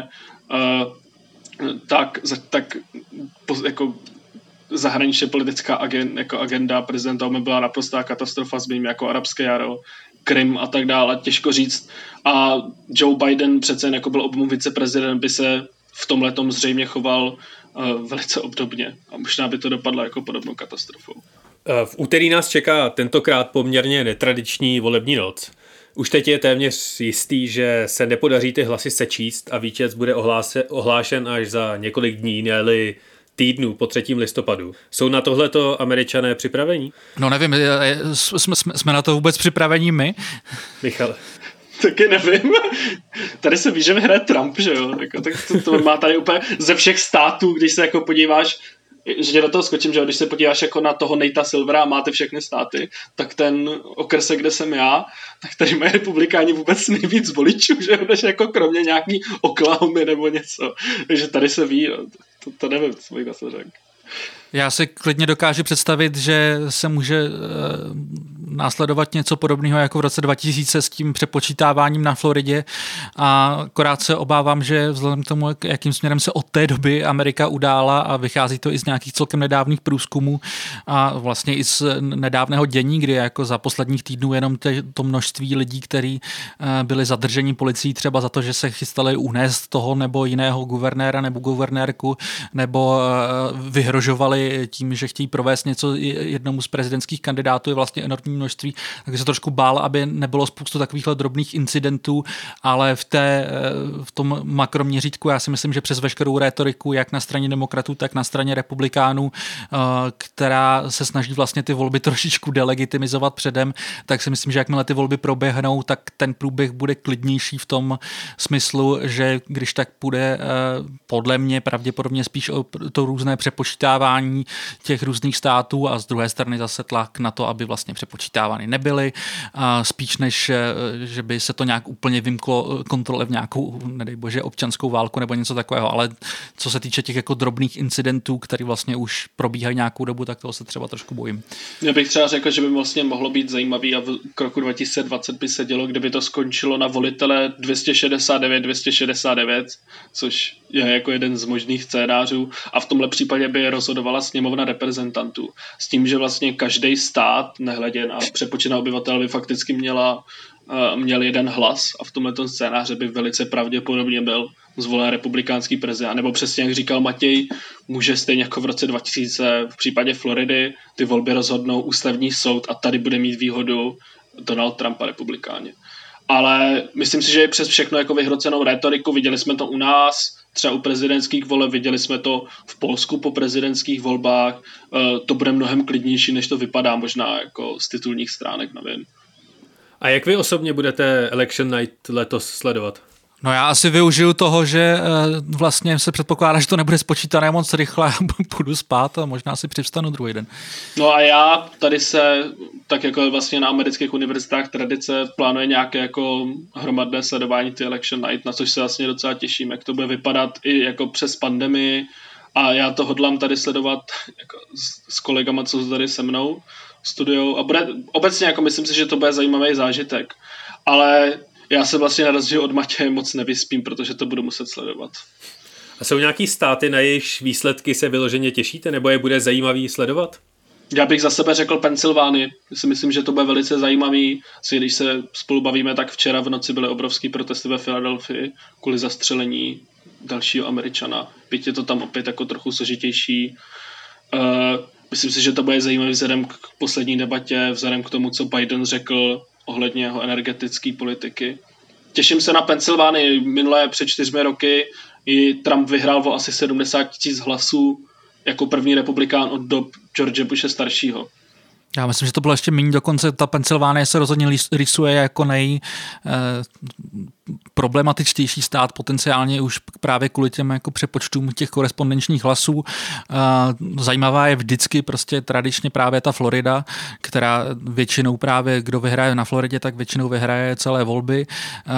uh, tak, tak jako zahraničně politická agenda, jako agenda prezidenta Obamy byla naprostá katastrofa, zmíním jako arabské jaro, Krym a tak dále, těžko říct. A Joe Biden přece jako byl Obamův viceprezident, by se v tomhletom zřejmě choval uh, velice obdobně a možná by to dopadlo jako podobnou katastrofou. V úterý nás čeká tentokrát poměrně netradiční volební noc. Už teď je téměř jistý, že se nepodaří ty hlasy sečíst a vítěz bude ohláse, ohlášen až za několik dní, ne-li týdnů po třetím listopadu. Jsou na tohleto Američané připravení? No nevím, jsme, jsme, jsme na to vůbec připravení my? Michal. Taky nevím. Tady se ví, že vyhraje Trump, že jo? Jako, tak to, to má tady úplně ze všech států, když se jako podíváš, že tě do toho skočím, že jo? Když se podíváš jako na toho Natea Silvera a máte všechny státy, tak ten okrsek, kde jsem já, tak tady mají republikáni vůbec nejvíc voličů, že jo? Než jako kromě nějaký Oklahomy nebo něco. Takže tady se ví, jo? To, to nevím, co bych zase řekl. Já si klidně dokážu představit, že se může e, následovat něco podobného jako v roce dva tisíce s tím přepočítáváním na Floridě a akorát se obávám, že vzhledem k tomu, jakým směrem se od té doby Amerika udála a vychází to i z nějakých celkem nedávných průzkumů a vlastně i z nedávného dění, kdy jako za posledních týdnů jenom te, to množství lidí, kteří e, byli zadrženi policií třeba za to, že se chystali unést toho nebo jiného guvernéra nebo guvernérku nebo e, vyhrožovali volby tím, že chtějí provést něco jednomu z prezidentských kandidátů je vlastně enormní množství, takže se trošku bál, aby nebylo spoustu takovýchhle drobných incidentů, ale v, té, v tom makroměřítku já si myslím, že přes veškerou rétoriku jak na straně demokratů, tak na straně republikánů, která se snaží vlastně ty volby trošičku delegitimizovat předem, tak si myslím, že jakmile ty volby proběhnou, tak ten průběh bude klidnější v tom smyslu, že když tak půjde podle mě pravděpodobně spíš o to různé přepočítávání těch různých států a z druhé strany zase tlak na to, aby vlastně přepočítávány nebyly, spíš než, že by se to nějak úplně vymklo kontrole v nějakou, nedej bože, občanskou válku nebo něco takového, ale co se týče těch jako drobných incidentů, které vlastně už probíhají nějakou dobu, tak toho se třeba trošku bojím. Já bych třeba řekl, že by vlastně mohlo být zajímavý a v roku dva tisíce dvacet by se dělo, kdyby to skončilo na volitele dvě stě šedesát devět dvě stě šedesát devět, což je jako jeden z možných scénářů a v tomhle případě by rozhodovala sněmovna reprezentantů. S tím, že vlastně každý stát, nehledě na přepočet na obyvatel, by fakticky měla, uh, měl jeden hlas a v tomhle scénáře by velice pravděpodobně byl zvolen republikánský prezident. Nebo přesně jak říkal Matěj, může stejně jako v roce dva tisíce v případě Floridy ty volby rozhodnou ústavní soud a tady bude mít výhodu Donald Trump a republikáni. Ale myslím si, že je přes všechno jako vyhrocenou rétoriku, viděli jsme to u nás, třeba u prezidentských voleb, viděli jsme to v Polsku po prezidentských volbách, to bude mnohem klidnější, než to vypadá možná jako z titulních stránek novin. A jak vy osobně budete Election Night letos sledovat? No já asi využiju toho, že vlastně se předpokládá, že to nebude spočítané moc rychle a půjdu spát a možná si přivstanu druhý den. No a já tady se, tak jako vlastně na amerických univerzitách tradice, plánuje nějaké jako hromadné sledování ty Election Night, na což se vlastně docela těším, jak to bude vypadat i jako přes pandemii a já to hodlám tady sledovat jako s, s kolegama, co jsou tady se mnou studiou a bude, obecně jako myslím si, že to bude zajímavý zážitek, ale já se vlastně na rozdíl od Matěje moc nevyspím, protože to budu muset sledovat. A jsou nějaký státy, na jejichž výsledky se vyloženě těšíte, nebo je bude zajímavý sledovat? Já bych za sebe řekl Pensylvánii. Já si myslím, že to bude velice zajímavý. Když se spolu bavíme, tak včera v noci byly obrovský protesty ve Filadelfii kvůli zastřelení dalšího Američana. Byť je to tam opět jako trochu složitější. Uh, myslím si, že to bude zajímavý vzhledem k poslední debatě, vzhledem k tomu, co Biden řekl ohledně jeho energetické politiky. Těším se na Pensylvánii. Minulé před čtyřmi roky i Trump vyhrál o asi sedmdesát tisíc hlasů jako první republikán od dob George Bushe staršího. Já myslím, že to bylo ještě méně, dokonce ta Pensylvánie se rozhodně rýsuje jako nej eh, problematičtější stát potenciálně už právě kvůli těm jako přepočtům těch korespondenčních hlasů. Eh, zajímavá je vždycky prostě tradičně právě ta Florida, která většinou právě, kdo vyhraje na Floridě, tak většinou vyhraje celé volby. Eh,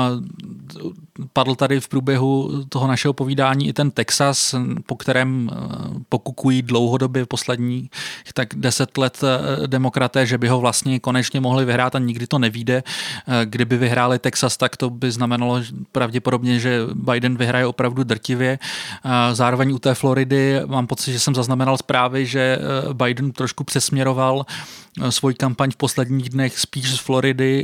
padl tady v průběhu toho našeho povídání i ten Texas, po kterém pokukují dlouhodobě poslední tak deset let demokraté, že by ho vlastně konečně mohli vyhrát a nikdy to nevyjde. Kdyby vyhráli Texas, tak to by znamenalo pravděpodobně, že Biden vyhraje opravdu drtivě. Zároveň u té Floridy mám pocit, že jsem zaznamenal zprávy, že Biden trošku přesměroval svoji kampaň v posledních dnech spíš z Floridy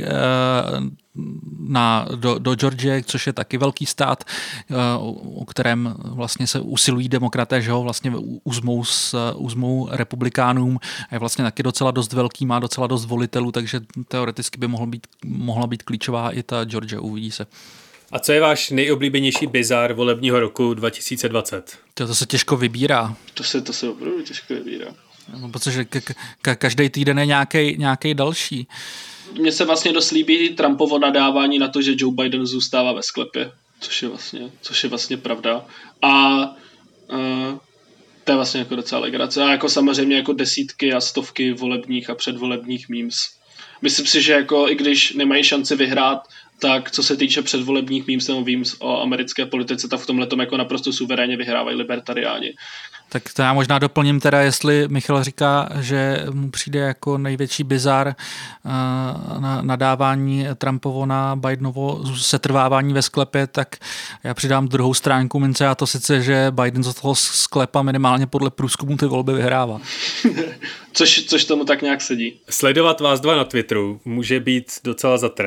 na, do, do Georgie, což je taky velký stát, o kterém vlastně se usilují demokraté, že ho vlastně uzmou, s, uzmou republikánům a je vlastně taky docela dost velký, má docela dost volitelů, takže teoreticky by mohl být, mohla být klíčová i ta Georgia, uvidí se. A co je váš nejoblíbenější bizár volebního roku dva tisíce dvacet? To, to se těžko vybírá. To se, to se opravdu těžko vybírá. No, protože ka- ka- každý týden je nějaký další. Mně se vlastně dost líbí Trumpovo nadávání na to, že Joe Biden zůstává ve sklepě, což je vlastně, což je vlastně pravda. A uh, to je vlastně jako docela legrace. A jako samozřejmě jako desítky a stovky volebních a předvolebních memes. Myslím si, že jako i když nemají šanci vyhrát, tak co se týče předvolebních memes nebo memes o americké politice, tak v tomhle tom jako naprosto suverénně vyhrávají libertariáni. Tak to já možná doplním teda, jestli Michal říká, že mu přijde jako největší bizar na nadávání Trumpovo na Bidenovo setrvávání ve sklepě, tak já přidám druhou stránku mince a to sice, že Biden z toho sklepa minimálně podle průzkumu ty volby vyhrává. což, což tomu tak nějak sedí. Sledovat vás dva na Twitteru může být docela za trest.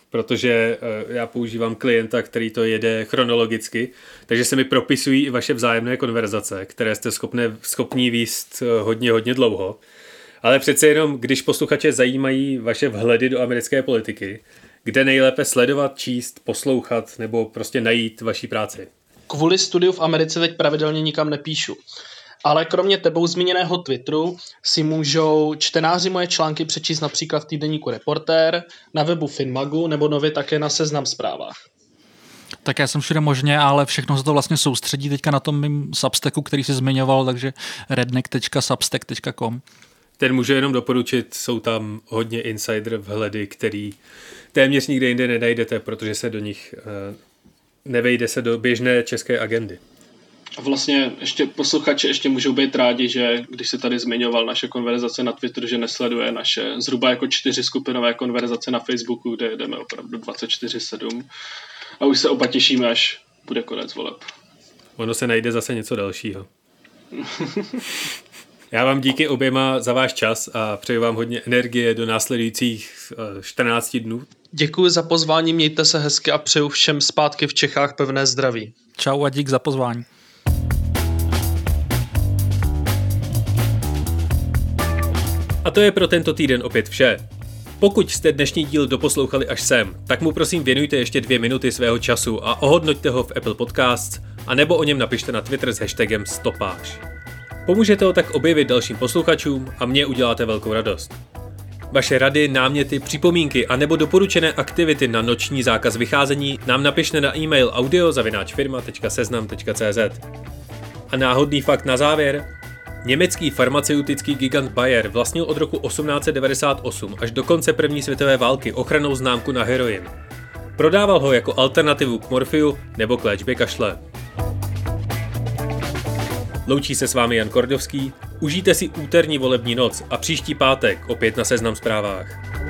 protože já používám klienta, který to jede chronologicky, takže se mi propisují i vaše vzájemné konverzace, které jste schopné, schopní vést hodně, hodně dlouho. Ale přece jenom, když posluchače zajímají vaše vhledy do americké politiky, kde nejlépe sledovat, číst, poslouchat nebo prostě najít vaší práci? Kvůli studiu v Americe teď pravidelně nikam nepíšu. Ale kromě tebou zmíněného Twitteru si můžou čtenáři moje články přečíst například v týdeníku Reportér, na webu Finmagu nebo nově také na Seznam Zprávách. Tak já jsem všude možně, ale všechno se to vlastně soustředí teďka na tom mým Substacku, který jsi zmiňoval, takže redneck tečka substack tečka com. Ten můžu jenom doporučit, jsou tam hodně insider vhledy, který téměř nikde jinde nenajdete, protože se do nich nevejde se do běžné české agendy. A vlastně ještě posluchači ještě můžou být rádi, že když se tady zmiňoval naše konverzace na Twitteru, že nesleduje naše zhruba jako čtyři skupinové konverzace na Facebooku, kde jdeme opravdu dvacet čtyři sedm a už se oba těšíme, až bude konec voleb. Ono se najde zase něco dalšího. Já vám díky oběma za váš čas a přeju vám hodně energie do následujících čtrnácti dnů. Děkuji za pozvání, mějte se hezky a přeju všem zpátky v Čechách pevné zdraví. Čau a dík za pozvání. A to je pro tento týden opět vše. Pokud jste dnešní díl doposlouchali až sem, tak mu prosím věnujte ještě dvě minuty svého času a ohodnoťte ho v Apple Podcasts, anebo o něm napište na Twitter s hashtagem stopáž. Pomůžete ho tak objevit dalším posluchačům a mě uděláte velkou radost. Vaše rady, náměty, připomínky a nebo doporučené aktivity na noční zákaz vycházení nám napište na e-mail audio zavináč firma tečka seznam tečka cé zet. A náhodný fakt na závěr. Německý farmaceutický gigant Bayer vlastnil od roku osmnáct set devadesát osm až do konce první světové války ochrannou známku na heroin. Prodával ho jako alternativu k morfiu nebo k léčbě kašle. Loučí se s vámi Jan Kordovský, užijte si úterní volební noc a příští pátek opět na Seznam Zprávách.